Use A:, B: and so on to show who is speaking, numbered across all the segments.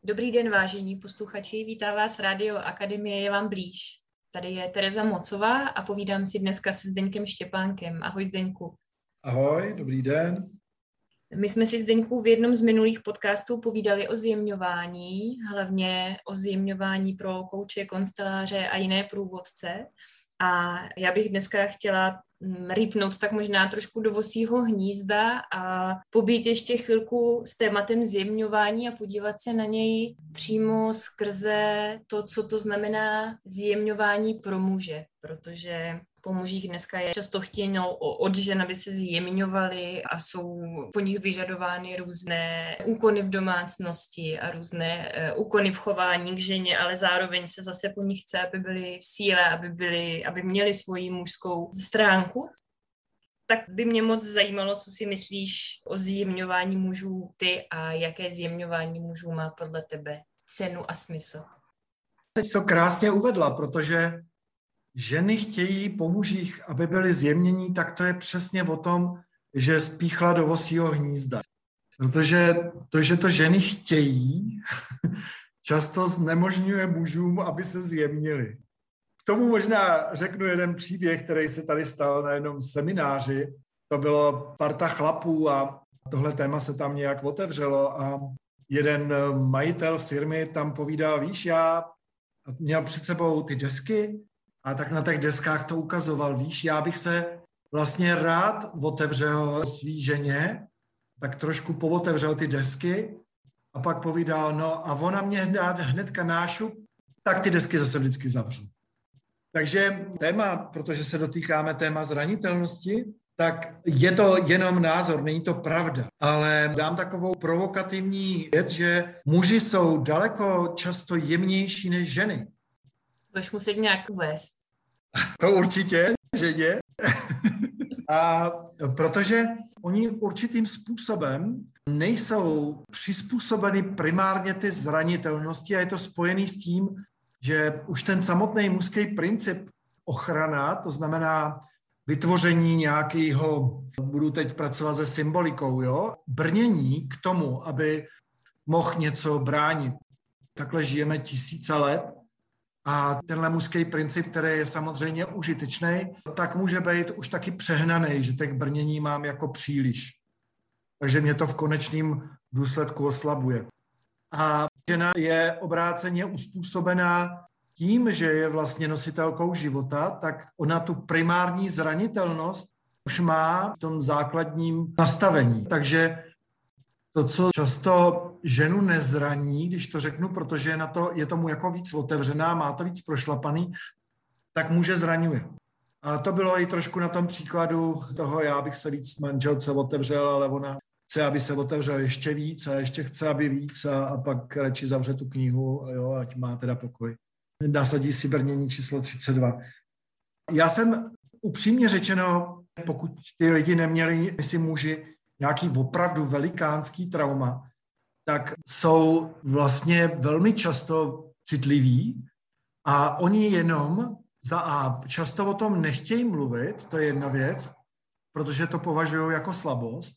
A: Dobrý den, vážení posluchači, vítá vás Rádio Akademie je vám blíž. Tady je Tereza Mocová a povídám si dneska se Zdeňkem Štěpánkem. Ahoj Zdeňku.
B: Ahoj, dobrý den.
A: My jsme si Zdeňku v jednom z minulých podcastů povídali o zjemňování, hlavně o zjemňování pro kouče, konsteláře a jiné průvodce. A já bych dneska chtěla rýpnout tak možná trošku do vosího hnízda a pobít ještě chvilku s tématem zjemňování a podívat se na něj přímo skrze to, co to znamená zjemňování pro muže, protože po mužích dneska je často chtěno od žen, aby se zjemňovali a jsou po nich vyžadovány různé úkony v domácnosti a různé úkony v chování k ženě, ale zároveň se zase po nich chce, aby byli v síle, aby měli svoji mužskou stránku. Tak by mě moc zajímalo, co si myslíš o zjemňování mužů ty a jaké zjemňování mužů má podle tebe cenu a smysl.
B: Teď to krásně uvedla, protože ženy chtějí po mužích, aby byly zjemnění, tak to je přesně o tom, že spíchla do vosího hnízda. Protože to, že to ženy chtějí, často znemožňuje mužům, aby se zjemnili. K tomu možná řeknu jeden příběh, který se tady stal na jednom semináři. To bylo parta chlapů a tohle téma se tam nějak otevřelo a jeden majitel firmy tam povídal, víš, já měl před sebou ty desky a tak na těch deskách to ukazoval, víš, já bych se vlastně rád otevřel svý ženě, tak trošku pootevřel ty desky a pak povídal, no a ona mě hnedka nášup, tak ty desky zase vždycky zavřu. Takže téma, protože se dotýkáme téma zranitelnosti, tak je to jenom názor, není to pravda. Ale dám takovou provokativní věc, že muži jsou daleko často jemnější než ženy.
A: Budeš muset nějak uvést.
B: To určitě, ženě. A protože oni určitým způsobem nejsou přizpůsobeny primárně ty zranitelnosti a je to spojený s tím, že už ten samotný mužský princip ochrana, to znamená vytvoření nějakého, budu teď pracovat se symbolikou, jo, brnění k tomu, aby mohl něco bránit. Takhle žijeme tisíce let a tenhle mužský princip, který je samozřejmě užitečný, tak může být už taky přehnaný, že těch brnění mám jako příliš. Takže mě to v konečném důsledku oslabuje. A žena je obráceně uspůsobená tím, že je vlastně nositelkou života, tak ona tu primární zranitelnost už má v tom základním nastavení. Takže to, co často ženu nezraní, když to řeknu, protože je tomu jako víc otevřená, má to víc prošlapaný, tak muže zraňuje. A to bylo i trošku na tom příkladu toho, já bych se víc manželce otevřel, ale ona chce, aby se otevřel ještě víc a ještě chce, aby víc a pak radši zavře tu knihu, jo, ať má teda pokoj. Nasadí si brnění číslo 32. Já jsem upřímně řečeno, pokud ty lidi neměli, si muži, nějaký opravdu velikánský trauma, tak jsou vlastně velmi často citliví a oni jenom často o tom nechtějí mluvit, to je jedna věc, protože to považují jako slabost.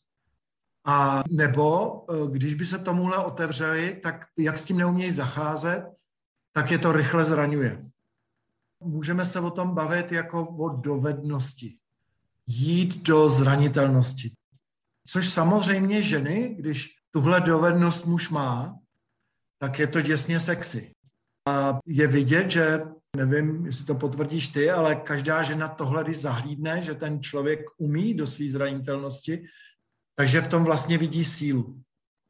B: A nebo když by se tomuhle otevřeli, tak jak s tím neumějí zacházet, tak je to rychle zraňuje. Můžeme se o tom bavit jako o dovednosti. Jít do zranitelnosti. Což samozřejmě ženy, když tuhle dovednost muž má, tak je to děsně sexy. A je vidět, že, nevím, jestli to potvrdíš ty, ale každá žena tohle, když zahlídne, že ten člověk umí do své zranitelnosti, takže v tom vlastně vidí sílu.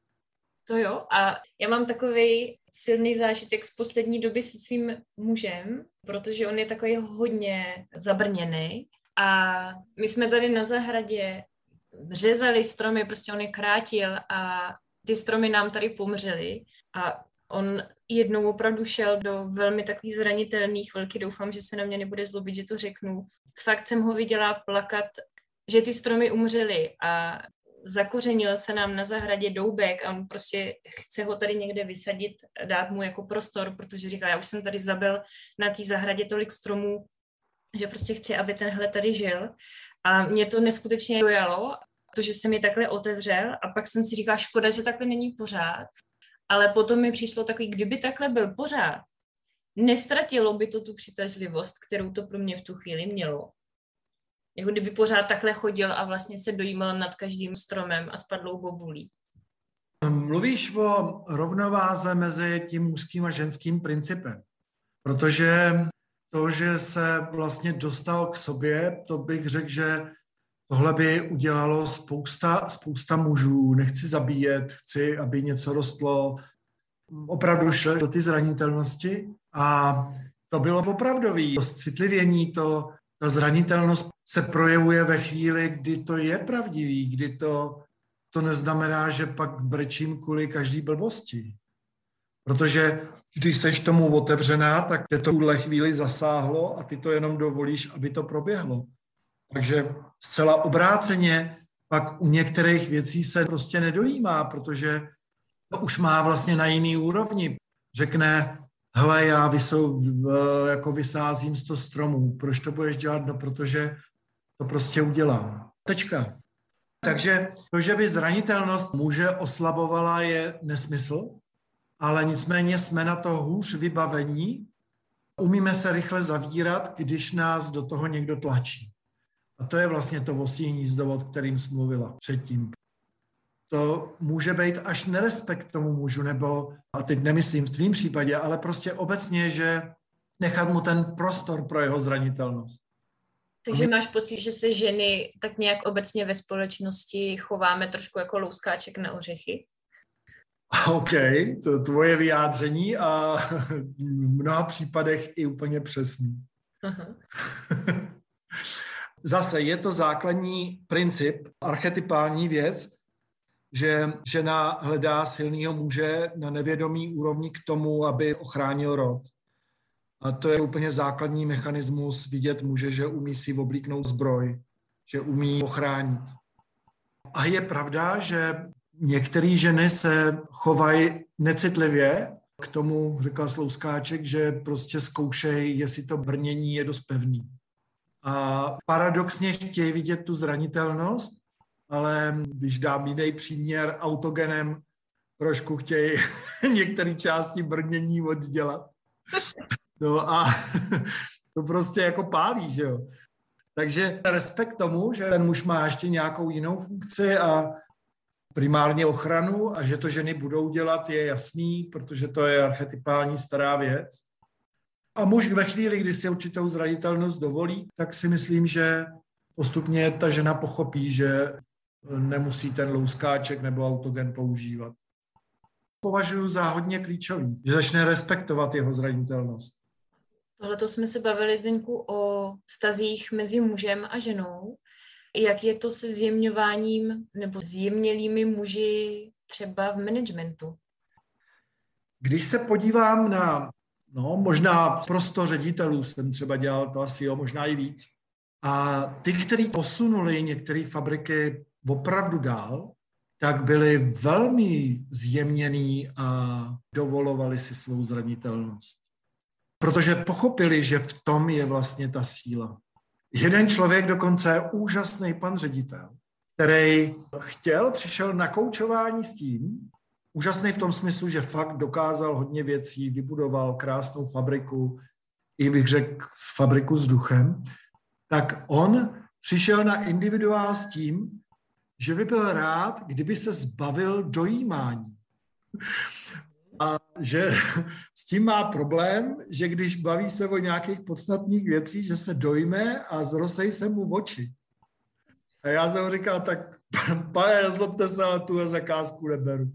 A: To jo, a já mám takový silný zážitek z poslední doby se svým mužem, protože on je takový hodně zabrněný a my jsme tady na zahradě řezali stromy, prostě on je krátil a ty stromy nám tady pomřely a on jednou opravdu šel do velmi takových zranitelných chvilky, doufám, že se na mě nebude zlobit, že to řeknu. Fakt jsem ho viděla plakat, že ty stromy umřely a zakořenil se nám na zahradě doubek a on prostě chce ho tady někde vysadit, dát mu jako prostor, protože říká, já už jsem tady zabil na té zahradě tolik stromů, že prostě chci, aby tenhle tady žil. A mě to neskutečně dojalo, protože se mi takhle otevřel a pak jsem si říkala, škoda, že takhle není pořád. Ale potom mi přišlo takový, kdyby takhle byl pořád, nestratilo by to tu přitažlivost, kterou to pro mě v tu chvíli mělo. Jako kdyby pořád takhle chodil a vlastně se dojímal nad každým stromem a spadlou bobulí.
B: Mluvíš o rovnováze mezi tím mužským a ženským principem, protože to, že se vlastně dostal k sobě, to bych řekl, že tohle by udělalo spousta mužů. Nechci zabíjet, chci, aby něco rostlo. Opravdu šel do ty zranitelnosti a to bylo opravdový. To citlivění, ta zranitelnost se projevuje ve chvíli, kdy to je pravdivý, kdy to neznamená, že pak brečím kvůli každý blbosti. Protože když seš tomu otevřená, tak tě to v tuhle chvíli zasáhlo a ty to jenom dovolíš, aby to proběhlo. Takže zcela obráceně pak u některých věcí se prostě nedojímá, protože to už má vlastně na jiný úrovni. Řekne, hele, já jako vysázím 100 stromů, proč to budeš dělat? No, protože to prostě udělám. Tečka. Takže to, že by zranitelnost muže oslabovala, je nesmysl, ale nicméně jsme na to hůř vybavení. Umíme se rychle zavírat, když nás do toho někdo tlačí. A to je vlastně to vosí hnízdo, o kterým jsi mluvila předtím. To může být až nerespekt tomu mužu, nebo, a teď nemyslím v tvým případě, ale prostě obecně, že nechat mu ten prostor pro jeho zranitelnost.
A: Takže máš pocit, že se ženy tak nějak obecně ve společnosti chováme trošku jako louskáček na ořechy?
B: OK, to tvoje vyjádření a v mnoha případech i úplně přesný. Zase je to základní princip, archetypální věc, že žena hledá silného muže na nevědomý úrovni k tomu, aby ochránil rod. A to je úplně základní mechanismus vidět muže, že umí si oblíknout zbroj, že umí ochránit. A je pravda, že některé ženy se chovají necitlivě k tomu, říkal Slouskáček, že prostě zkoušejí, jestli to brnění je dost pevný. A paradoxně chtějí vidět tu zranitelnost, ale když dám jiný příměr, autogenem trošku chtějí některé části brnění oddělat. No a to prostě jako pálí, že jo. Takže respekt tomu, že ten muž má ještě nějakou jinou funkci a primárně ochranu a že to ženy budou dělat, je jasný, protože to je archetypální stará věc. A muž ve chvíli, kdy si určitou zranitelnost dovolí, tak si myslím, že postupně ta žena pochopí, že nemusí ten louskáček nebo autogen používat. Považuji za hodně klíčový, že začne respektovat jeho zranitelnost.
A: Tohleto jsme se bavili, Zdeňku, o vztazích mezi mužem a ženou. Jak je to se zjemňováním nebo zjemnělými muži třeba v managementu?
B: Když se podívám na, možná prostor ředitelů jsem třeba dělal, to asi možná i víc. A ty, kteří posunuli některé fabriky opravdu dál, tak byli velmi zjemnění a dovolovali si svou zranitelnost. Protože pochopili, že v tom je vlastně ta síla. Jeden člověk dokonce, úžasný pan ředitel, který přišel na koučování s tím, úžasný v tom smyslu, že fakt dokázal hodně věcí, vybudoval krásnou fabriku, i bych řekl fabriku s duchem, tak on přišel na individuál s tím, že by byl rád, kdyby se zbavil dojímání. A že s tím má problém, že když baví se o nějakých podstatných věcí, že se dojme a zrosej se mu oči. A já jsem říkal, tak pane, zlobte se, ale tuhle zakázku neberu.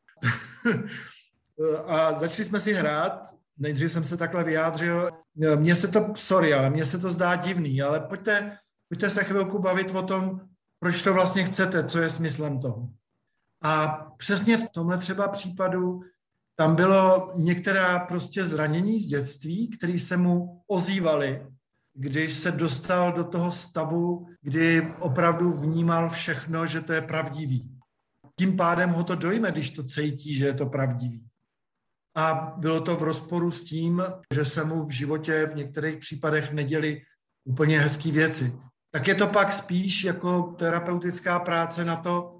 B: A začali jsme si hrát, nejdřív jsem se takhle vyjádřil, mně se to zdá divný, ale pojďte se chvilku bavit o tom, proč to vlastně chcete, co je smyslem toho. A přesně v tomhle třeba případu tam bylo některá prostě zranění z dětství, které se mu ozývaly, když se dostal do toho stavu, kdy opravdu vnímal všechno, že to je pravdivý. Tím pádem ho to dojme, když to cítí, že je to pravdivý. A bylo to v rozporu s tím, že se mu v životě v některých případech neděly úplně hezký věci. Tak je to pak spíš jako terapeutická práce na to,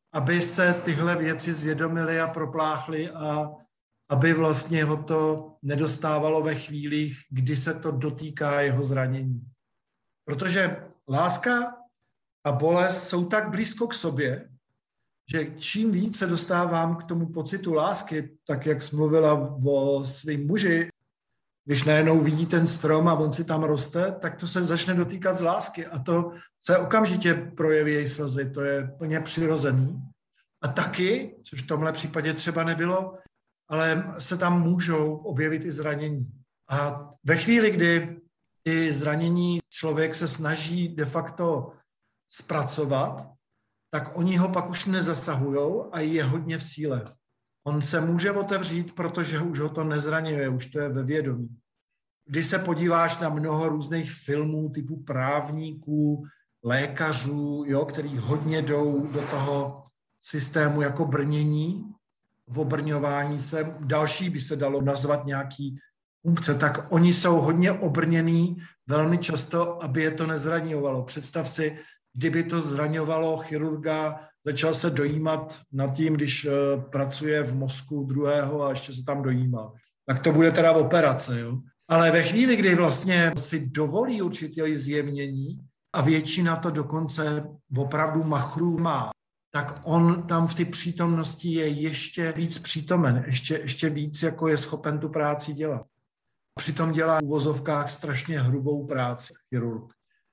B: aby se tyhle věci zvědomily a propláchly a aby vlastně ho to nedostávalo ve chvílích, kdy se to dotýká jeho zranění. Protože láska a bolest jsou tak blízko k sobě, že čím víc se dostávám k tomu pocitu lásky, tak jak jsi mluvila o svým muži, když najednou vidí ten strom a on si tam roste, tak to se začne dotýkat z lásky a to se okamžitě projeví její slzy, to je plně přirozený. A taky, což v tomhle případě třeba nebylo, ale se tam můžou objevit i zranění. A ve chvíli, kdy ty zranění člověk se snaží de facto zpracovat, tak oni ho pak už nezasahujou a je hodně v síle. On se může otevřít, protože už ho to nezraňuje, už to je ve vědomí. Když se podíváš na mnoho různých filmů typu právníků, lékařů, který hodně jdou do toho systému jako brnění, v obrňování se, další by se dalo nazvat nějaký funkce, tak oni jsou hodně obrněný velmi často, aby je to nezraňovalo. Představ si, kdyby to zraňovalo chirurga, začal se dojímat nad tím, když pracuje v mozku druhého a ještě se tam dojímá. Tak to bude teda operace, jo. Ale ve chvíli, kdy vlastně si dovolí určitě zjemnění a většina to dokonce opravdu machrů má, tak on tam v té přítomnosti je ještě víc přítomen, ještě víc jako je schopen tu práci dělat. Přitom dělá v uvozovkách strašně hrubou práci chirurg.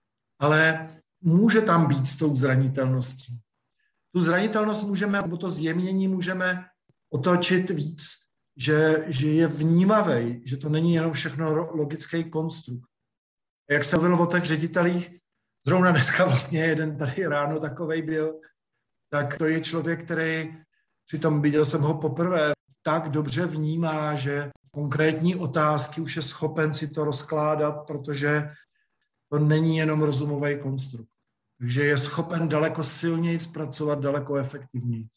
B: Ale může tam být s tou zranitelností. Tu zranitelnost můžeme, nebo to zjemnění můžeme otočit víc, že je vnímavý, že to není jenom všechno logický konstrukt. Jak jsem mluvil o těch ředitelích, zrovna dneska vlastně jeden tady ráno takovej byl, tak to je člověk, který, přitom viděl jsem ho poprvé, tak dobře vnímá, že konkrétní otázky už je schopen si to rozkládat, protože to není jenom rozumový konstrukt. Takže je schopen daleko silněji zpracovat, daleko efektivněji.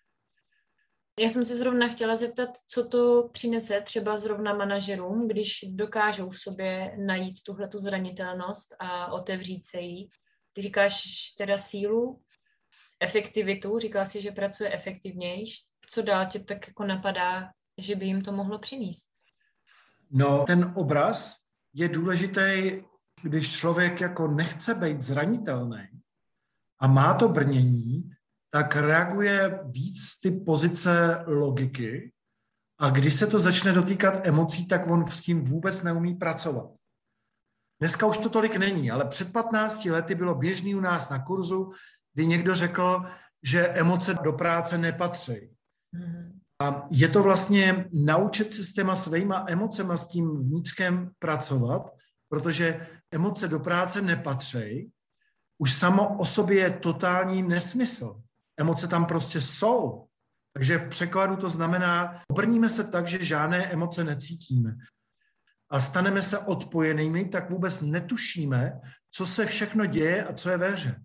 A: Já jsem se zrovna chtěla zeptat, co to přinese třeba zrovna manažerům, když dokážou v sobě najít tuhletu zranitelnost a otevřít se jí. Ty říkáš teda sílu, efektivitu, říkala si, že pracuje efektivněji. Co dál tě tak jako napadá, že by jim to mohlo přinést?
B: No, ten obraz je důležitý, když člověk jako nechce být zranitelný a má to brnění, tak reaguje víc ty pozice logiky a když se to začne dotýkat emocí, tak on s tím vůbec neumí pracovat. Dneska už to tolik není, ale před 15 lety bylo běžný u nás na kurzu, kdy někdo řekl, že emoce do práce nepatří. A je to vlastně naučit se s těma svýma emocema, s tím vnitřkem pracovat, protože emoce do práce nepatří. Už samo o sobě je totální nesmysl. Emoce tam prostě jsou. Takže v překladu to znamená, obrníme se tak, že žádné emoce necítíme. A staneme se odpojenými, tak vůbec netušíme, co se všechno děje a co je ve hře.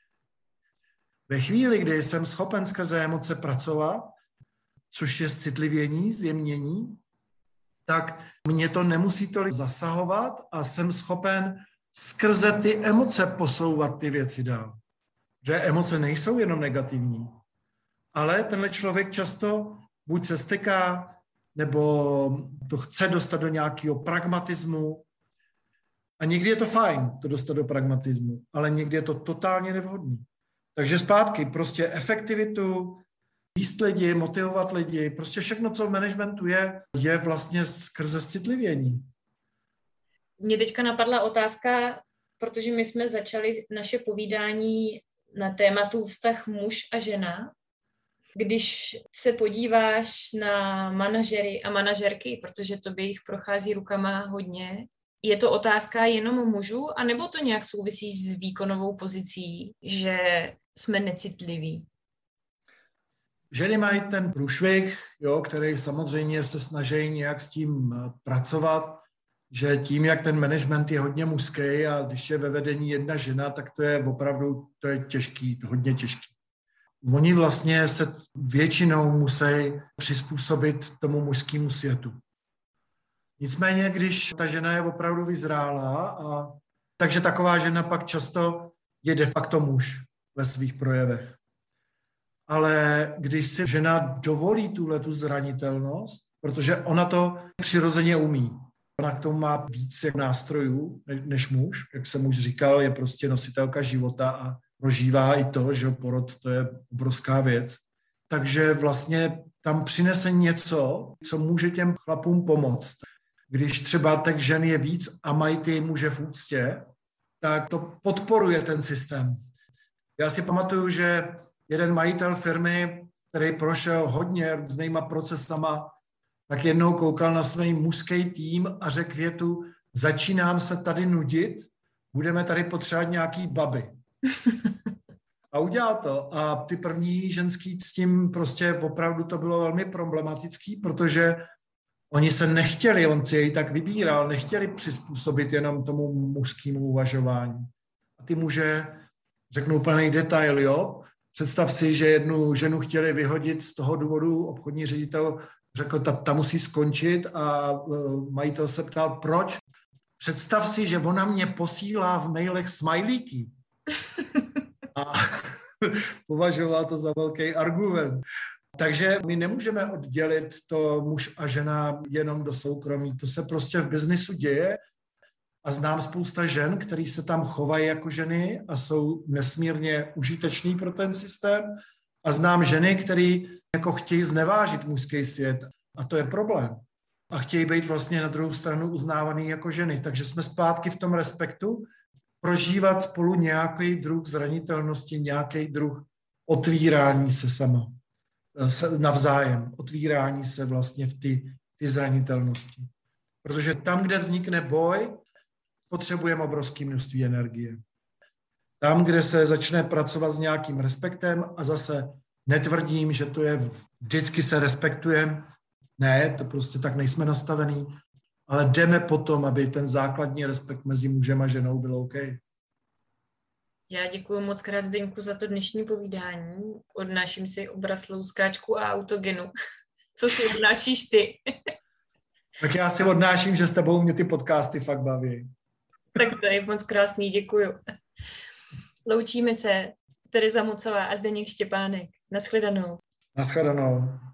B: Ve chvíli, kdy jsem schopen skrze emoce pracovat, což je citlivění, zjemnění, tak mě to nemusí tolik zasahovat a jsem schopen skrze ty emoce posouvat ty věci dál. Že emoce nejsou jenom negativní, ale tenhle člověk často buď se styká, nebo to chce dostat do nějakého pragmatismu. A někdy je to fajn, to dostat do pragmatismu, ale někdy je to totálně nevhodný. Takže zpátky, prostě efektivitu, jíst lidi, motivovat lidi, prostě všechno, co v managementu je vlastně skrze citlivění.
A: Mně teďka napadla otázka, protože my jsme začali naše povídání na tématu vztah muž a žena. Když se podíváš na manažery a manažerky, protože to by jich prochází rukama hodně, je to otázka jenom mužů, anebo to nějak souvisí s výkonovou pozicí, že jsme necitliví?
B: Ženy mají ten průšvih, který samozřejmě se snaží nějak s tím pracovat, že tím, jak ten management je hodně mužský a když je ve vedení jedna žena, tak to je opravdu těžký, hodně těžký. Oni vlastně se většinou musí přizpůsobit tomu mužskému světu. Nicméně, když ta žena je opravdu vyzrálá, takže taková žena pak často je de facto muž ve svých projevech. ale když si žena dovolí tuhletu zranitelnost, protože ona to přirozeně umí. Ona k tomu má víc nástrojů než muž. Jak jsem už říkal, je prostě nositelka života a prožívá i to, že porod to je obrovská věc. Takže vlastně tam přinese něco, co může těm chlapům pomoct. Když třeba těch žen je víc a mají ty muže v úctě, tak to podporuje ten systém. Já si pamatuju, že jeden majitel firmy, který prošel hodně různýma procesama, tak jednou koukal na svůj mužský tým a řekl větu: začínám se tady nudit, budeme tady potřebovat nějaký baby. A udělal to. A ty první ženský s tím prostě opravdu to bylo velmi problematický, protože oni se nechtěli, on si jej tak vybíral, nechtěli přizpůsobit jenom tomu mužskému uvažování. A ty muže, řeknu úplný detail, jo, představ si, že jednu ženu chtěli vyhodit z toho důvodu, obchodní ředitel řekl, ta musí skončit a majitel se ptal, proč? Představ si, že ona mě posílá v mailech smajlíky. A považoval to za velký argument. Takže my nemůžeme oddělit to muž a žena jenom do soukromí. To se prostě v biznisu děje a znám spousta žen, který se tam chovají jako ženy a jsou nesmírně užiteční pro ten systém. A znám ženy, které jako chtějí znevážit mužský svět a to je problém. A chtějí být vlastně na druhou stranu uznávaný jako ženy. Takže jsme zpátky v tom respektu, prožívat spolu nějaký druh zranitelnosti, nějaký druh otvírání se sama, navzájem, otvírání se vlastně v ty zranitelnosti. Protože tam, kde vznikne boj, potřebujeme obrovské množství energie. Tam, kde se začne pracovat s nějakým respektem a zase netvrdím, že to je vždycky se respektujeme, ne, to prostě tak nejsme nastavený, ale jdeme potom, aby ten základní respekt mezi mužem a ženou byl OK.
A: Já děkuji moc krát, Zdeňku, za to dnešní povídání. Odnáším si obraz louskáčku a autogenu. Co si odnášíš ty?
B: Tak já si odnáším, že s tebou mě ty podcasty fakt baví.
A: Tak to je moc krásný, děkuju. Loučíme se, Tereza Mocová a Zdeněk Štěpánek. Naschledanou.
B: Naschledanou.